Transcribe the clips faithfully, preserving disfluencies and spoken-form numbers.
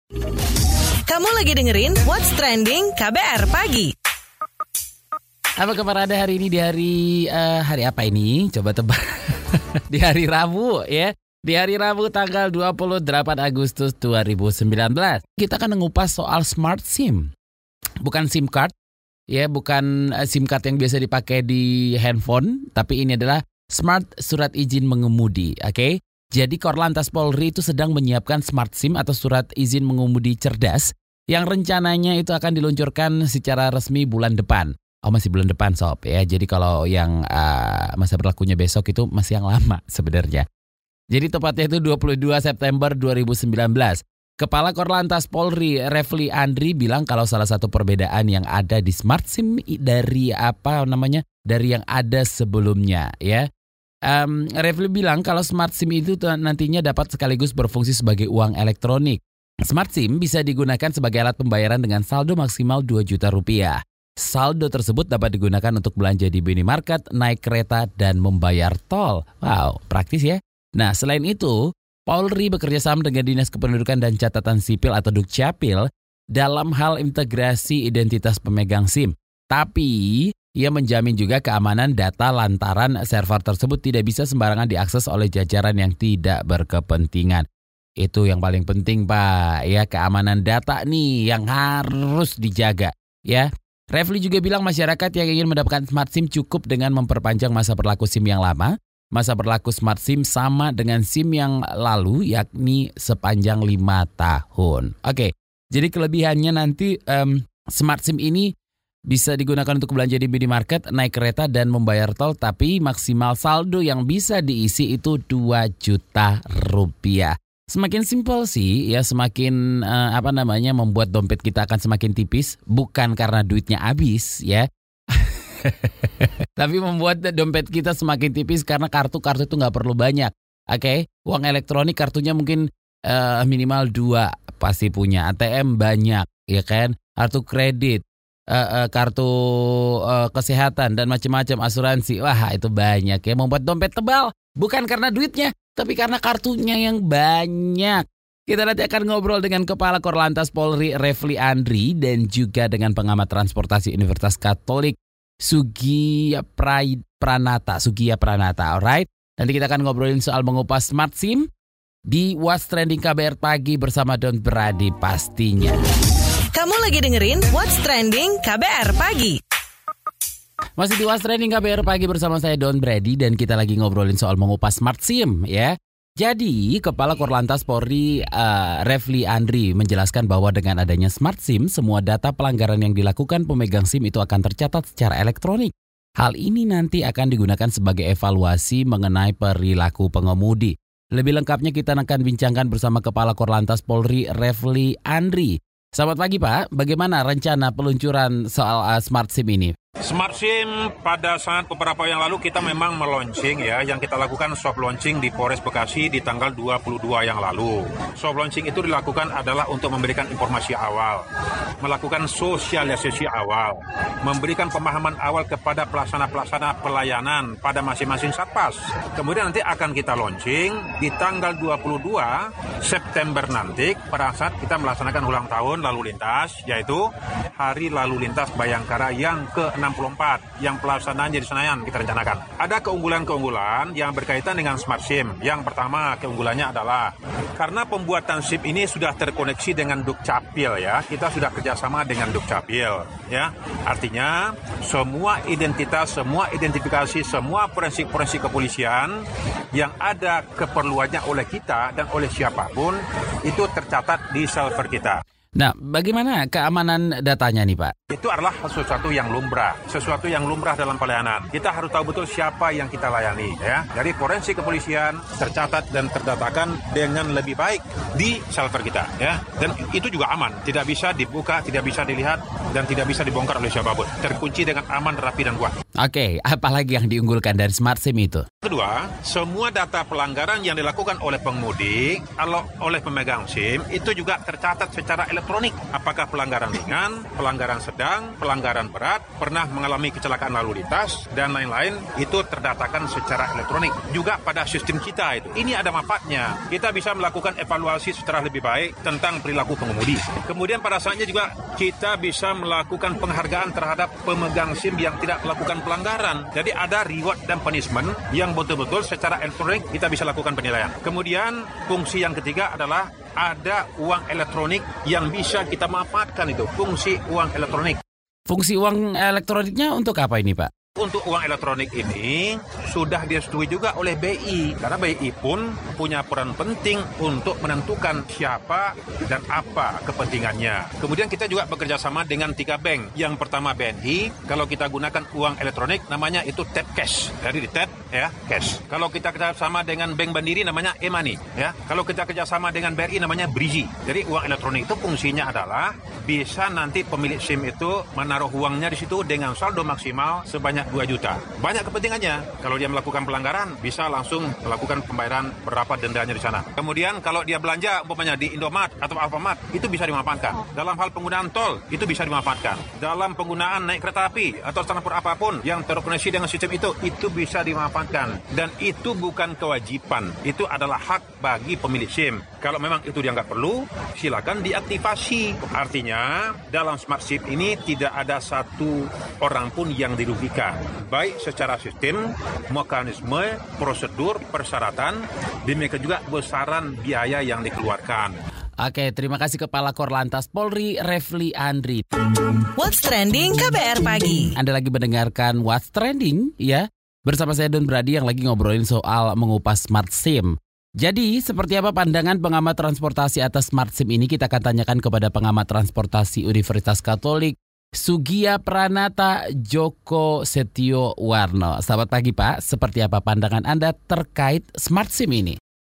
Kamu lagi dengerin What's Trending K B R Pagi. Apa kabar Anda hari ini di hari uh, hari apa ini? Coba tebak. Di hari Rabu ya. Di hari Rabu tanggal dua puluh delapan Agustus dua ribu sembilan belas. Kita akan mengupas soal Smart SIM. Bukan SIM card, ya, bukan uh, SIM card yang biasa dipakai di handphone, tapi ini adalah Smart Surat Izin Mengemudi, oke? Okay? Jadi Korlantas Polri itu sedang menyiapkan Smart SIM atau Surat Izin Mengemudi Cerdas yang rencananya itu akan diluncurkan secara resmi bulan depan. Oh, masih bulan depan sob ya. Jadi kalau yang uh, masa berlakunya besok itu masih yang lama sebenarnya. Jadi tepatnya itu dua puluh dua September dua ribu sembilan belas. Kepala Korlantas Polri Refli Andri bilang kalau salah satu perbedaan yang ada di Smart SIM dari apa namanya? Dari yang ada sebelumnya ya. Um, Refli bilang kalau Smart SIM itu nantinya dapat sekaligus berfungsi sebagai uang elektronik. Smart SIM bisa digunakan sebagai alat pembayaran dengan saldo maksimal dua juta rupiah. Saldo tersebut dapat digunakan untuk belanja di minimarket, naik kereta, dan membayar tol. Wow, praktis ya. Nah, selain itu, Polri bekerja sama dengan Dinas Kependudukan dan Catatan Sipil atau Dukcapil dalam hal integrasi identitas pemegang SIM. Tapi ia menjamin juga keamanan data lantaran server tersebut tidak bisa sembarangan diakses oleh jajaran yang tidak berkepentingan. Itu yang paling penting, Pak. Ya, keamanan data nih yang harus dijaga. Ya, Refli juga bilang masyarakat yang ingin mendapatkan Smart SIM cukup dengan memperpanjang masa berlaku SIM yang lama. Masa berlaku Smart SIM sama dengan SIM yang lalu, yakni sepanjang lima tahun. Oke, jadi kelebihannya nanti um, Smart SIM ini bisa digunakan untuk belanja di minimarket, naik kereta, dan membayar tol, tapi maksimal saldo yang bisa diisi itu dua juta rupiah. Semakin simpel sih, ya semakin uh, apa namanya membuat dompet kita akan semakin tipis, bukan karena duitnya habis ya. Tapi membuat dompet kita semakin tipis karena kartu-kartu itu nggak perlu banyak. Oke, okay? Uang elektronik kartunya mungkin uh, minimal dua pasti punya. A T M banyak, ya kan? Kartu kredit. Uh, uh, kartu uh, kesehatan dan macam-macam asuransi. Wah, itu banyak ya, membuat dompet tebal. Bukan karena duitnya, tapi karena kartunya yang banyak. Kita nanti akan ngobrol dengan Kepala Korlantas Polri Refli Andri dan juga dengan pengamat transportasi Universitas Katolik Sugiya Pranata. Sugiya Pranata, alright? Nanti kita akan ngobrolin soal mengupas Smart SIM di What's Trending K B R Pagi bersama Don Brady pastinya. Kamu lagi dengerin What's Trending K B R Pagi. Masih di What's Trending K B R Pagi bersama saya Don Brady dan kita lagi ngobrolin soal mengupas Smart SIM ya. Jadi Kepala Korlantas Polri uh, Refli Andri menjelaskan bahwa dengan adanya Smart SIM, semua data pelanggaran yang dilakukan pemegang SIM itu akan tercatat secara elektronik. Hal ini nanti akan digunakan sebagai evaluasi mengenai perilaku pengemudi. Lebih lengkapnya kita akan bincangkan bersama Kepala Korlantas Polri Refli Andri. Selamat pagi Pak, bagaimana rencana peluncuran soal uh, Smart SIM ini? Smart SIM pada saat beberapa yang lalu kita memang meluncing ya, yang kita lakukan soft launching di Polres Bekasi di tanggal dua puluh dua yang lalu. Soft launching itu dilakukan adalah untuk memberikan informasi awal, melakukan sosialisasi awal, memberikan pemahaman awal kepada pelaksana-pelaksana pelayanan pada masing-masing satpas. Kemudian nanti akan kita launching di tanggal dua puluh dua September nanti pada saat kita melaksanakan ulang tahun lalu lintas, yaitu Hari Lalu Lintas Bayangkara yang ke enam puluh empat yang pelaksanaannya di Senayan kita rencanakan. Ada keunggulan-keunggulan yang berkaitan dengan Smart SIM. Yang pertama keunggulannya adalah karena pembuatan SIM ini sudah terkoneksi dengan Dukcapil ya. Kita sudah kerjasama dengan Dukcapil ya. Artinya semua identitas, semua identifikasi, semua forensik-forensik kepolisian yang ada keperluannya oleh kita dan oleh siapapun itu tercatat di server kita. Nah, bagaimana keamanan datanya nih Pak? Itu adalah sesuatu yang lumrah, sesuatu yang lumrah dalam pelayanan. Kita harus tahu betul siapa yang kita layani, ya. Dari forensik kepolisian tercatat dan terdatakan dengan lebih baik di server kita, ya. Dan itu juga aman, tidak bisa dibuka, tidak bisa dilihat, dan tidak bisa dibongkar oleh siapapun. Terkunci dengan aman, rapi, dan kuat. Oke, apalagi yang diunggulkan dari Smart SIM itu? Kedua, semua data pelanggaran yang dilakukan oleh pengemudi, oleh pemegang SIM, itu juga tercatat secara elektronik elektronik. Apakah pelanggaran ringan, pelanggaran sedang, pelanggaran berat, pernah mengalami kecelakaan lalu lintas, dan lain-lain, itu terdatakan secara elektronik. Juga pada sistem kita itu. Ini ada manfaatnya. Kita bisa melakukan evaluasi secara lebih baik tentang perilaku pengemudi. Kemudian pada saatnya juga kita bisa melakukan penghargaan terhadap pemegang SIM yang tidak melakukan pelanggaran. Jadi ada reward dan punishment yang betul-betul secara elektronik kita bisa lakukan penilaian. Kemudian fungsi yang ketiga adalah ada uang elektronik yang bisa kita manfaatkan itu, fungsi uang elektronik. Fungsi uang elektroniknya untuk apa ini, Pak? Untuk uang elektronik ini sudah disetujui juga oleh B I, karena B I pun punya peran penting untuk menentukan siapa dan apa kepentingannya. Kemudian kita juga bekerja sama dengan tiga bank. Yang pertama B N I, kalau kita gunakan uang elektronik namanya itu tap cash. Jadi di tap ya, cash. Kalau kita kerjasama dengan Bank Mandiri namanya e-money ya. Kalau kita kerjasama dengan B R I namanya Briji. Jadi uang elektronik itu fungsinya adalah bisa nanti pemilik SIM itu menaruh uangnya di situ dengan saldo maksimal sebanyak dua juta. Banyak kepentingannya. Kalau dia melakukan pelanggaran, bisa langsung melakukan pembayaran berapa dendanya di sana. Kemudian kalau dia belanja umpamanya di Indomaret atau Alfamart, itu bisa dimanfaatkan. Dalam hal penggunaan tol, itu bisa dimanfaatkan. Dalam penggunaan naik kereta api atau transport apapun yang terkoneksi dengan sistem itu, itu bisa dimanfaatkan. Dan itu bukan kewajiban. Itu adalah hak bagi pemilik SIM. Kalau memang itu dianggap perlu, silakan diaktifasi. Artinya, dalam smart SIM ini tidak ada satu orang pun yang dirugikan. Baik secara sistem, mekanisme, prosedur, persyaratan, demikian juga besaran biaya yang dikeluarkan. Oke, terima kasih Kepala Korlantas Polri, Refli Andri. What's Trending K B R Pagi. Anda lagi mendengarkan What's Trending, ya? Bersama saya Don Brady yang lagi ngobrolin soal mengupas smart SIM. Jadi, seperti apa pandangan pengamat transportasi atas smart SIM ini? Kita akan tanyakan kepada pengamat transportasi Universitas Katolik, Sugia Pranata Joko Setio Warno. Selamat pagi Pak, seperti apa pandangan Anda terkait smart SIM ini?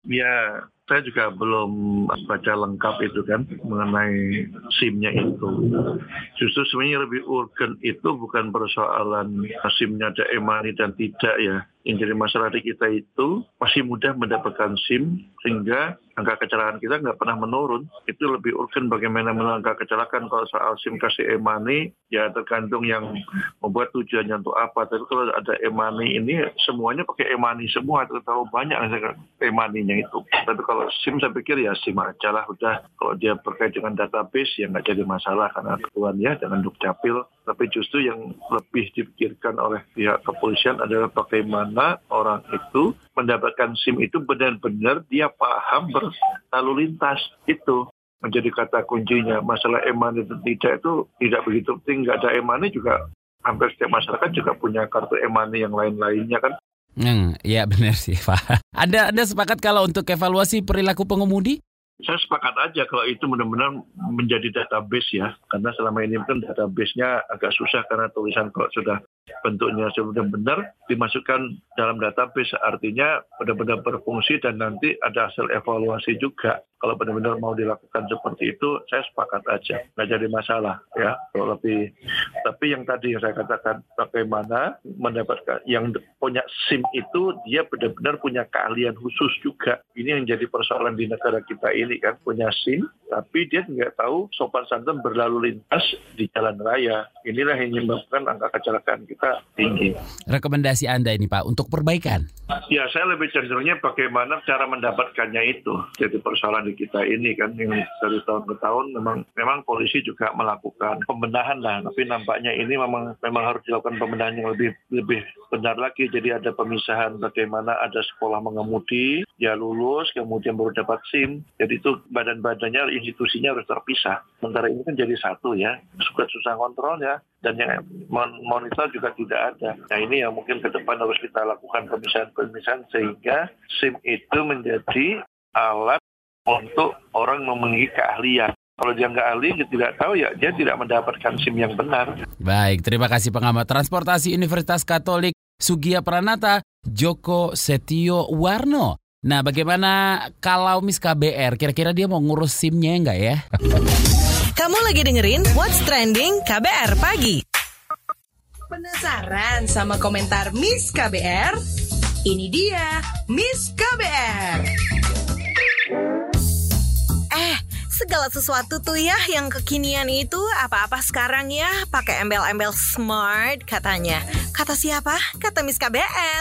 Ya, saya juga belum baca lengkap itu kan mengenai SIM-nya itu. Justru sebenarnya lebih urgen itu bukan persoalan SIM-nya ada e-money dan tidak ya. Yang jadi masalah di kita itu masih mudah mendapatkan SIM sehingga angka kecelakaan kita nggak pernah menurun. Itu lebih urgen bagaimana menurunkan angka kecelakaan. Kalau soal SIM kasih e-money ya tergantung yang membuat tujuannya untuk apa. Tapi kalau ada e-money ini semuanya pakai e-money semua, terlalu banyak e-money-nya itu. Tapi kalau SIM saya pikir ya SIM aja lah udah. Kalau dia berkait dengan database ya nggak jadi masalah karena kebutuhan ya dengan dukcapil. Tapi justru yang lebih dipikirkan oleh pihak kepolisian adalah bagaimana orang itu mendapatkan SIM itu benar-benar dia paham berlalu lintas. Itu menjadi kata kuncinya. Masalah e-money dan tidak itu tidak begitu penting. Nggak ada e-money juga hampir setiap masyarakat juga punya kartu e-money yang lain-lainnya kan. Hmm, ya benar sih Pak. Anda, Anda sepakat kalau untuk evaluasi perilaku pengemudi? Saya sepakat aja kalau itu benar-benar menjadi database ya. Karena selama ini kan database-nya agak susah karena tulisan kalau sudah bentuknya sudah benar dimasukkan dalam database. Artinya benar-benar berfungsi dan nanti ada hasil evaluasi juga. Kalau benar-benar mau dilakukan seperti itu, saya sepakat aja. Nggak jadi masalah ya. Kalau lebih, tapi yang tadi saya katakan bagaimana mendapatkan yang punya SIM itu dia benar-benar punya keahlian khusus juga. Ini yang jadi persoalan di negara kita ini kan, punya SIM tapi dia nggak tahu sopan santun berlalu lintas di jalan raya. Inilah yang menyebabkan angka kecelakaan kita tinggi. Rekomendasi Anda ini Pak untuk perbaikan? Ya saya lebih cenderungnya bagaimana cara mendapatkannya itu. Jadi persoalan di kita ini kan yang dari tahun ke tahun memang memang polisi juga melakukan pembenahan lah. Tapi nampaknya ini memang memang harus dilakukan pembenahan yang lebih lebih benar lagi. Jadi ada pemisahan bagaimana ada sekolah mengemudi, dia lulus kemudian baru dapat SIM. Jadi itu badan-badannya institusinya harus terpisah. Sementara ini kan jadi satu ya. Suka susah kontrol ya. Dan yang monitor juga tidak ada. Nah ini yang mungkin ke depan harus kita lakukan pemisahan-pemisahan sehingga SIM itu menjadi alat untuk orang memiliki keahlian. Kalau dia nggak ahli, dia tidak tahu ya dia tidak mendapatkan SIM yang benar. Baik, terima kasih pengamat transportasi Universitas Katolik Sugia Pranata Joko Setio Warno. Nah, bagaimana kalau Miss K B R? Kira-kira dia mau ngurus SIM-nya nggak ya? Kamu lagi dengerin What's Trending K B R Pagi. Penasaran sama komentar Miss K B R? Ini dia Miss K B R. Eh, Segala sesuatu tuh ya yang kekinian itu apa-apa sekarang ya pakai embel-embel smart katanya. Kata siapa? Kata Miss K B R.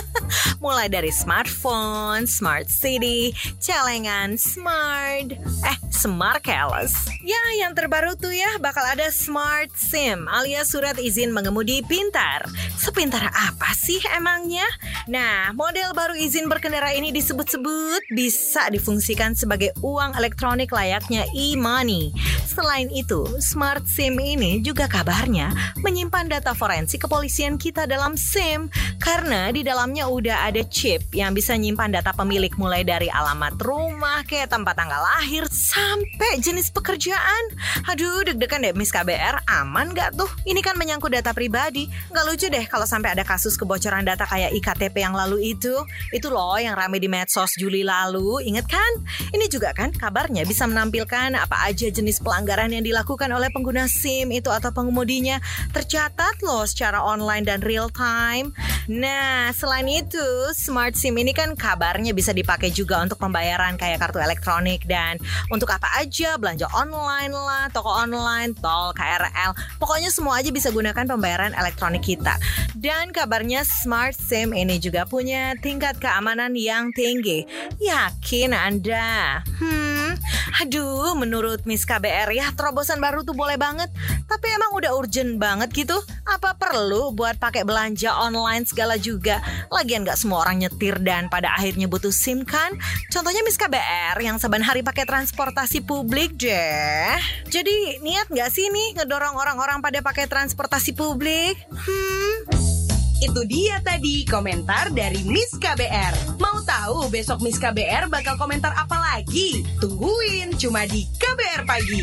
Mulai dari smartphone, smart city, celengan smart, eh smart keles. Ya yang terbaru tuh ya bakal ada smart SIM alias surat izin mengemudi pintar. Sepintar apa sih emangnya? Nah, model baru izin berkendara ini disebut-sebut bisa difungsikan sebagai uang elektronik layaknya e-money. Selain itu, smart SIM ini juga kabarnya menyimpan data forensik kepolisian kita dalam SIM karena di dalamnya udah ada chip yang bisa nyimpan data pemilik mulai dari alamat rumah, kayak tempat tanggal lahir, sampai jenis pekerjaan. Aduh, deg-degan deh Miss K B R, aman gak tuh? Ini kan menyangkut data pribadi. Gak lucu deh kalau sampai ada kasus kebocoran data kayak I K T P yang lalu itu. Itu loh yang rame di medsos Juli lalu, inget kan? Ini juga kan kabarnya bisa menampilkan apa aja jenis pelanggaran yang dilakukan oleh pengguna SIM itu atau pengemudinya. Tercatat loh secara online dan real time. Nah, selain itu, smart SIM ini kan kabarnya bisa dipakai juga untuk pembayaran kayak kartu elektronik dan untuk apa aja, belanja online lah, toko online, tol, K R L. Pokoknya semua aja bisa gunakan pembayaran elektronik kita. Dan kabarnya smart SIM ini juga punya tingkat keamanan yang tinggi. Yakin Anda? Hmm, aduh, menurut Miss K B R ya, terobosan baru tuh boleh banget. Tapi emang udah urgent banget gitu? Apa perlu buat pakai belanja online segala juga? Lagian gak semua orang nyetir dan pada akhirnya butuh SIM kan? Contohnya Miss K B R yang saban hari pakai transportasi publik deh. Jadi niat gak sih nih ngedorong orang-orang pada pakai transportasi publik? Hmm... Itu dia tadi komentar dari Miss K B R. Mau tahu besok Miss K B R bakal komentar apa lagi? Tungguin cuma di K B R Pagi.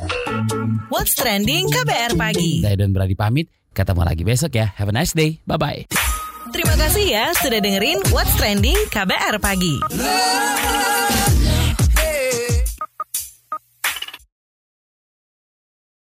What's Trending K B R Pagi. Saya Don Brady pamit, ketemu lagi besok ya. Have a nice day, bye-bye. Terima kasih ya sudah dengerin What's Trending K B R Pagi.